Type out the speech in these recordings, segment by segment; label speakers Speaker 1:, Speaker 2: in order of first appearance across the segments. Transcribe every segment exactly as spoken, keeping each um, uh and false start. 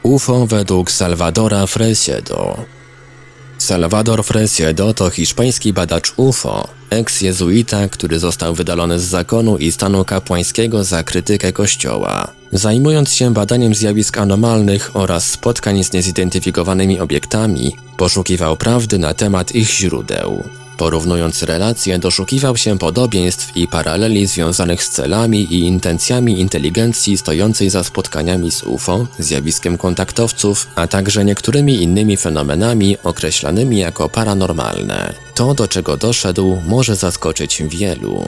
Speaker 1: U F O według Salvadora Freixedo. Salvador Freixedo to hiszpański badacz U F O, eks-jezuita, który został wydalony z zakonu i stanu kapłańskiego za krytykę Kościoła. Zajmując się badaniem zjawisk anomalnych oraz spotkań z niezidentyfikowanymi obiektami, poszukiwał prawdy na temat ich źródeł. Porównując relacje, doszukiwał się podobieństw i paraleli związanych z celami i intencjami inteligencji stojącej za spotkaniami z U F O, zjawiskiem kontaktowców, a także niektórymi innymi fenomenami określanymi jako paranormalne. To, do czego doszedł, może zaskoczyć wielu.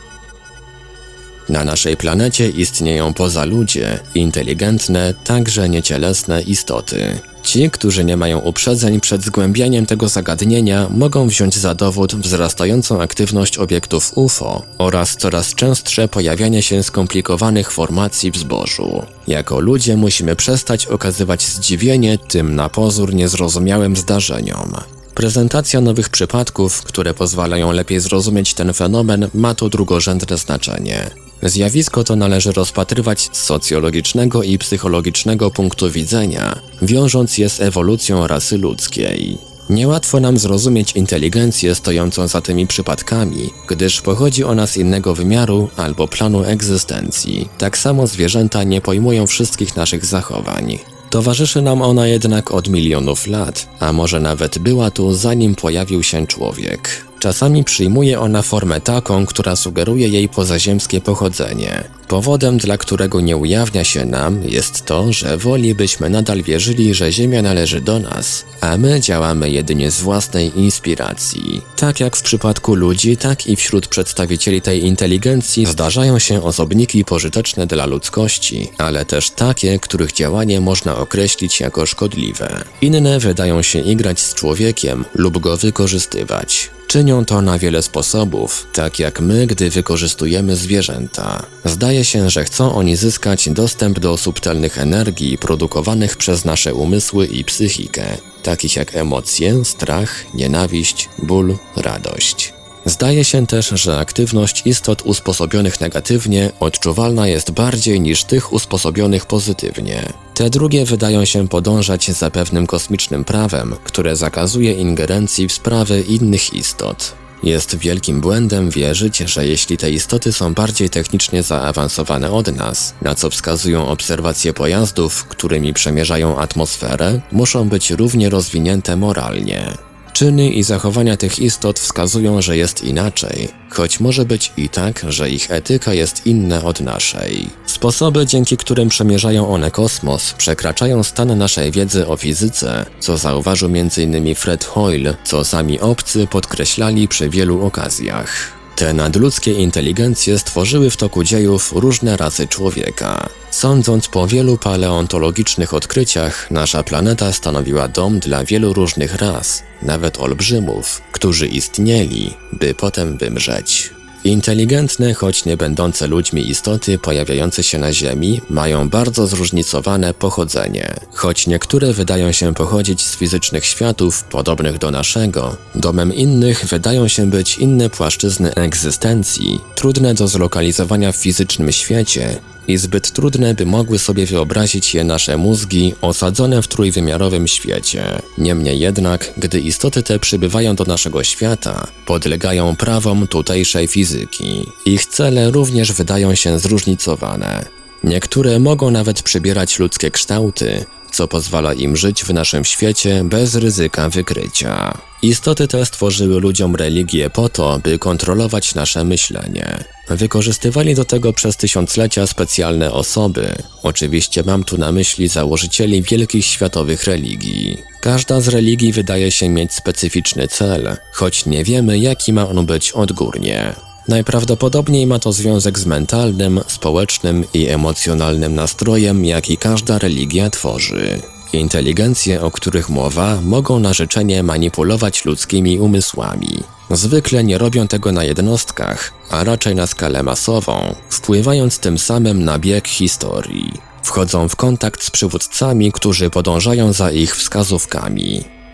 Speaker 1: Na naszej planecie istnieją pozaludzie, inteligentne, także niecielesne istoty. Ci, którzy nie mają uprzedzeń przed zgłębianiem tego zagadnienia, mogą wziąć za dowód wzrastającą aktywność obiektów U F O oraz coraz częstsze pojawianie się skomplikowanych formacji w zbożu. Jako ludzie musimy przestać okazywać zdziwienie tym na pozór niezrozumiałym zdarzeniom. Prezentacja nowych przypadków, które pozwalają lepiej zrozumieć ten fenomen, ma tu drugorzędne znaczenie. Zjawisko to należy rozpatrywać z socjologicznego i psychologicznego punktu widzenia, wiążąc je z ewolucją rasy ludzkiej. Niełatwo nam zrozumieć inteligencję stojącą za tymi przypadkami, gdyż pochodzi ona z innego wymiaru albo planu egzystencji. Tak samo zwierzęta nie pojmują wszystkich naszych zachowań. Towarzyszy nam ona jednak od milionów lat, a może nawet była tu zanim pojawił się człowiek. Czasami przyjmuje ona formę taką, która sugeruje jej pozaziemskie pochodzenie. Powodem, dla którego nie ujawnia się nam, jest to, że woli byśmy nadal wierzyli, że Ziemia należy do nas, a my działamy jedynie z własnej inspiracji. Tak jak w przypadku ludzi, tak i wśród przedstawicieli tej inteligencji zdarzają się osobniki pożyteczne dla ludzkości, ale też takie, których działanie można określić jako szkodliwe. Inne wydają się igrać z człowiekiem lub go wykorzystywać. Czynią to na wiele sposobów, tak jak my, gdy wykorzystujemy zwierzęta. Zdaje się, że chcą oni zyskać dostęp do subtelnych energii produkowanych przez nasze umysły i psychikę, takich jak emocje, strach, nienawiść, ból, radość. Zdaje się też, że aktywność istot usposobionych negatywnie odczuwalna jest bardziej niż tych usposobionych pozytywnie. Te drugie wydają się podążać za pewnym kosmicznym prawem, które zakazuje ingerencji w sprawy innych istot. Jest wielkim błędem wierzyć, że jeśli te istoty są bardziej technicznie zaawansowane od nas, na co wskazują obserwacje pojazdów, którymi przemierzają atmosferę, muszą być równie rozwinięte moralnie. Czyny i zachowania tych istot wskazują, że jest inaczej, choć może być i tak, że ich etyka jest inna od naszej. Sposoby, dzięki którym przemierzają one kosmos, przekraczają stan naszej wiedzy o fizyce, co zauważył między innymi Fred Hoyle, co sami obcy podkreślali przy wielu okazjach. Te nadludzkie inteligencje stworzyły w toku dziejów różne rasy człowieka. Sądząc po wielu paleontologicznych odkryciach, nasza planeta stanowiła dom dla wielu różnych ras, nawet olbrzymów, którzy istnieli, by potem wymrzeć. Inteligentne, choć nie będące ludźmi istoty pojawiające się na Ziemi mają bardzo zróżnicowane pochodzenie. Choć niektóre wydają się pochodzić z fizycznych światów podobnych do naszego, domem innych wydają się być inne płaszczyzny egzystencji, trudne do zlokalizowania w fizycznym świecie i zbyt trudne, by mogły sobie wyobrazić je nasze mózgi osadzone w trójwymiarowym świecie. Niemniej jednak, gdy istoty te przybywają do naszego świata, podlegają prawom tutejszej fizyki. Ich cele również wydają się zróżnicowane. Niektóre mogą nawet przybierać ludzkie kształty, co pozwala im żyć w naszym świecie bez ryzyka wykrycia. Istoty te stworzyły ludziom religię po to, by kontrolować nasze myślenie. Wykorzystywali do tego przez tysiąclecia specjalne osoby. Oczywiście mam tu na myśli założycieli wielkich światowych religii. Każda z religii wydaje się mieć specyficzny cel, choć nie wiemy, jaki ma on być odgórnie. Najprawdopodobniej ma to związek z mentalnym, społecznym i emocjonalnym nastrojem, jaki każda religia tworzy. Inteligencje, o których mowa, mogą na życzenie manipulować ludzkimi umysłami. Zwykle nie robią tego na jednostkach, a raczej na skalę masową, wpływając tym samym na bieg historii. Wchodzą w kontakt z przywódcami, którzy podążają za ich wskazówkami.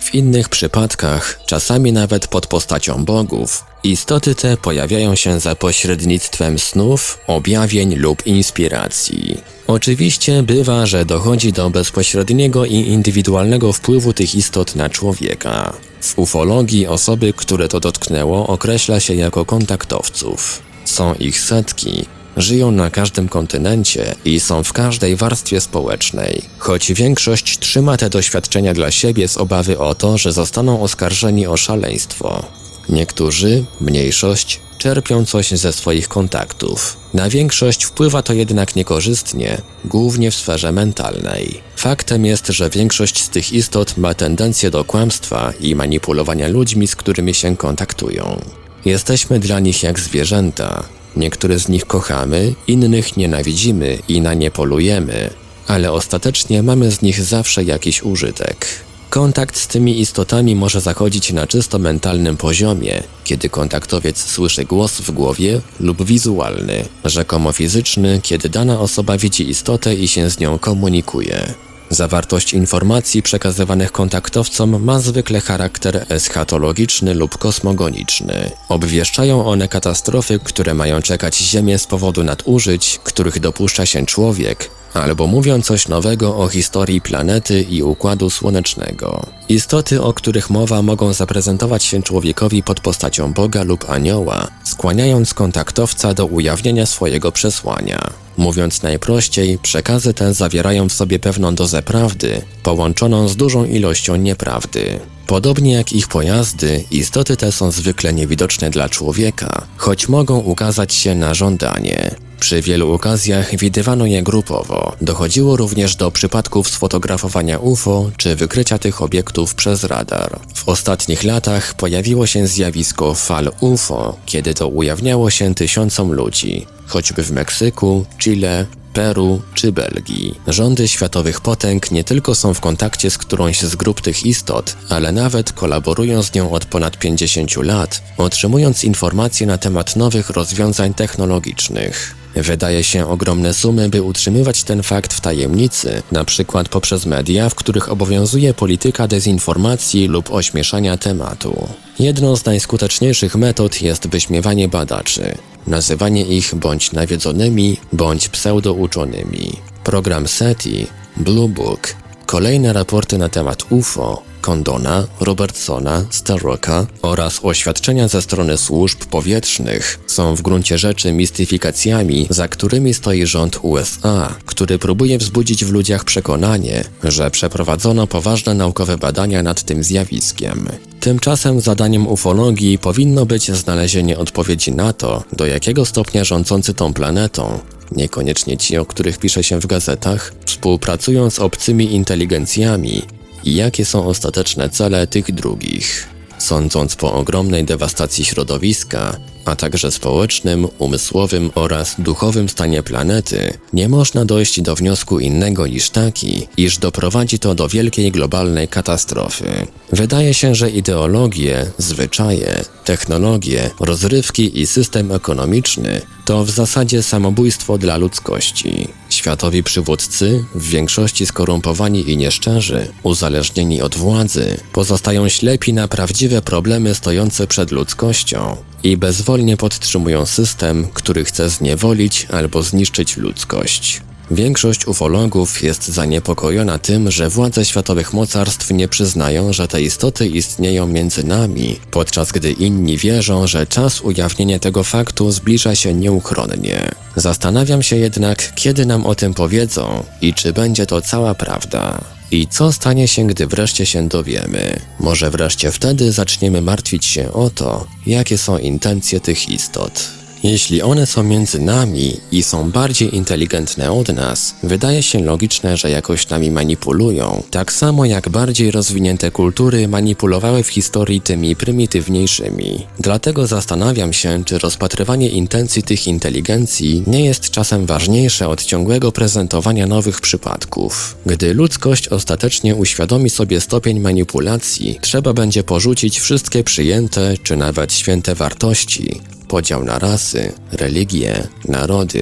Speaker 1: W innych przypadkach, czasami nawet pod postacią bogów, istoty te pojawiają się za pośrednictwem snów, objawień lub inspiracji. Oczywiście bywa, że dochodzi do bezpośredniego i indywidualnego wpływu tych istot na człowieka. W ufologii osoby, które to dotknęło, określa się jako kontaktowców. Są ich setki. Żyją na każdym kontynencie i są w każdej warstwie społecznej, choć większość trzyma te doświadczenia dla siebie z obawy o to, że zostaną oskarżeni o szaleństwo. Niektórzy, mniejszość, czerpią coś ze swoich kontaktów. Na większość wpływa to jednak niekorzystnie, głównie w sferze mentalnej. Faktem jest, że większość z tych istot ma tendencję do kłamstwa i manipulowania ludźmi, z którymi się kontaktują. Jesteśmy dla nich jak zwierzęta. Niektóre z nich kochamy, innych nienawidzimy i na nie polujemy, ale ostatecznie mamy z nich zawsze jakiś użytek. Kontakt z tymi istotami może zachodzić na czysto mentalnym poziomie, kiedy kontaktowiec słyszy głos w głowie, lub wizualny, rzekomo fizyczny, kiedy dana osoba widzi istotę i się z nią komunikuje. Zawartość informacji przekazywanych kontaktowcom ma zwykle charakter eschatologiczny lub kosmogoniczny. Obwieszczają one katastrofy, które mają czekać Ziemię z powodu nadużyć, których dopuszcza się człowiek, albo mówią coś nowego o historii planety i Układu Słonecznego. Istoty, o których mowa, mogą zaprezentować się człowiekowi pod postacią Boga lub anioła, skłaniając kontaktowca do ujawnienia swojego przesłania. Mówiąc najprościej, przekazy te zawierają w sobie pewną dozę prawdy, połączoną z dużą ilością nieprawdy. Podobnie jak ich pojazdy, istoty te są zwykle niewidoczne dla człowieka, choć mogą ukazać się na żądanie. Przy wielu okazjach widywano je grupowo. Dochodziło również do przypadków sfotografowania U F O czy wykrycia tych obiektów przez radar. W ostatnich latach pojawiło się zjawisko fal U F O, kiedy to ujawniało się tysiącom ludzi, choćby w Meksyku, Chile, Peru czy Belgii. Rządy światowych potęg nie tylko są w kontakcie z którąś z grup tych istot, ale nawet kolaborują z nią od ponad pięćdziesięciu lat, otrzymując informacje na temat nowych rozwiązań technologicznych. Wydaje się ogromne sumy, by utrzymywać ten fakt w tajemnicy, na przykład poprzez media, w których obowiązuje polityka dezinformacji lub ośmieszania tematu. Jedną z najskuteczniejszych metod jest wyśmiewanie badaczy, nazywanie ich bądź nawiedzonymi, bądź pseudouczonymi. Program SETI, Blue Book, kolejne raporty na temat U F O, Condona, Robertsona, Starrocka oraz oświadczenia ze strony służb powietrznych są w gruncie rzeczy mistyfikacjami, za którymi stoi rząd U S A, który próbuje wzbudzić w ludziach przekonanie, że przeprowadzono poważne naukowe badania nad tym zjawiskiem. Tymczasem zadaniem ufologii powinno być znalezienie odpowiedzi na to, do jakiego stopnia rządzący tą planetą, niekoniecznie ci, o których pisze się w gazetach, współpracują z obcymi inteligencjami i jakie są ostateczne cele tych drugich. Sądząc po ogromnej dewastacji środowiska, a także społecznym, umysłowym oraz duchowym stanie planety, nie można dojść do wniosku innego niż taki, iż doprowadzi to do wielkiej globalnej katastrofy. Wydaje się, że ideologie, zwyczaje, technologie, rozrywki i system ekonomiczny to w zasadzie samobójstwo dla ludzkości. Światowi przywódcy, w większości skorumpowani i nieszczerzy, uzależnieni od władzy, pozostają ślepi na prawdziwe problemy stojące przed ludzkością i bezwolnie podtrzymują system, który chce zniewolić albo zniszczyć ludzkość. Większość ufologów jest zaniepokojona tym, że władze światowych mocarstw nie przyznają, że te istoty istnieją między nami, podczas gdy inni wierzą, że czas ujawnienia tego faktu zbliża się nieuchronnie. Zastanawiam się jednak, kiedy nam o tym powiedzą i czy będzie to cała prawda. I co stanie się, gdy wreszcie się dowiemy? Może wreszcie wtedy zaczniemy martwić się o to, jakie są intencje tych istot. Jeśli one są między nami i są bardziej inteligentne od nas, wydaje się logiczne, że jakoś nami manipulują, tak samo jak bardziej rozwinięte kultury manipulowały w historii tymi prymitywniejszymi. Dlatego zastanawiam się, czy rozpatrywanie intencji tych inteligencji nie jest czasem ważniejsze od ciągłego prezentowania nowych przypadków. Gdy ludzkość ostatecznie uświadomi sobie stopień manipulacji, trzeba będzie porzucić wszystkie przyjęte czy nawet święte wartości, podział na rasy, religie, narody, które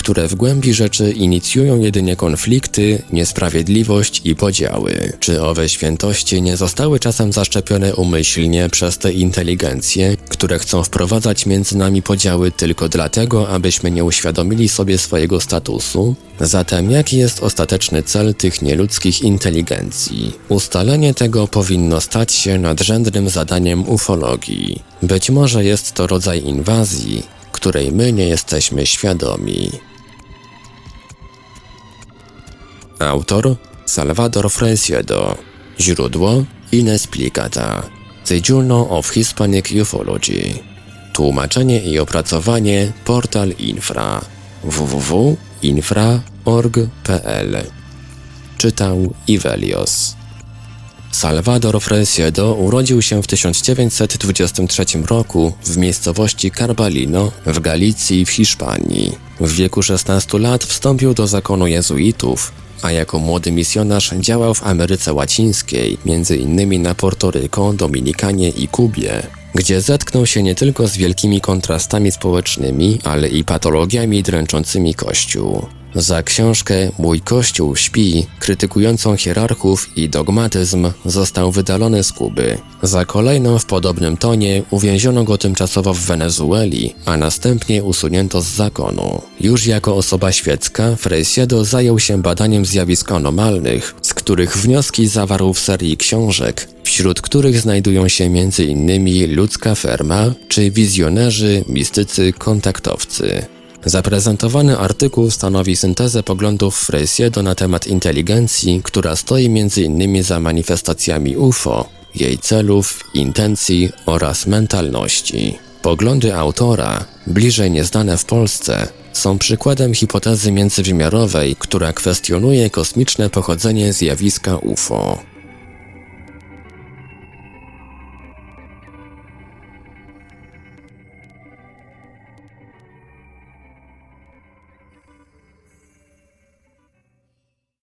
Speaker 1: które w głębi rzeczy inicjują jedynie konflikty, niesprawiedliwość i podziały. Czy owe świętości nie zostały czasem zaszczepione umyślnie przez te inteligencje, które chcą wprowadzać między nami podziały tylko dlatego, abyśmy nie uświadomili sobie swojego statusu? Zatem jaki jest ostateczny cel tych nieludzkich inteligencji? Ustalenie tego powinno stać się nadrzędnym zadaniem ufologii. Być może jest to rodzaj inwazji, której my nie jesteśmy świadomi. Autor Salvador Freixedo. Źródło Inexplicata. The Journal of Hispanic Ufology. Tłumaczenie i opracowanie Portal Infra. w w w kropka infra kropka org kropka p l. Czytał Ivelios. Salvador Freixedo urodził się w tysiąc dziewięćset dwudziestym trzecim roku w miejscowości Carbalino w Galicji w Hiszpanii. W wieku szesnastu lat wstąpił do zakonu jezuitów, a jako młody misjonarz działał w Ameryce Łacińskiej, między innymi na Portoryko, Dominikanie i Kubie, gdzie zetknął się nie tylko z wielkimi kontrastami społecznymi, ale i patologiami dręczącymi Kościół. Za książkę Mój Kościół śpi, krytykującą hierarchów i dogmatyzm, został wydalony z Kuby. Za kolejną w podobnym tonie uwięziono go tymczasowo w Wenezueli, a następnie usunięto z zakonu. Już jako osoba świecka, Freixedo zajął się badaniem zjawisk anomalnych, z których wnioski zawarł w serii książek, wśród których znajdują się między innymi Ludzka Ferma czy Wizjonerzy, Mistycy, Kontaktowcy. Zaprezentowany artykuł stanowi syntezę poglądów Freixedo na temat inteligencji, która stoi między innymi za manifestacjami U F O, jej celów, intencji oraz mentalności. Poglądy autora, bliżej nieznane w Polsce, są przykładem hipotezy międzywymiarowej, która kwestionuje kosmiczne pochodzenie zjawiska U F O.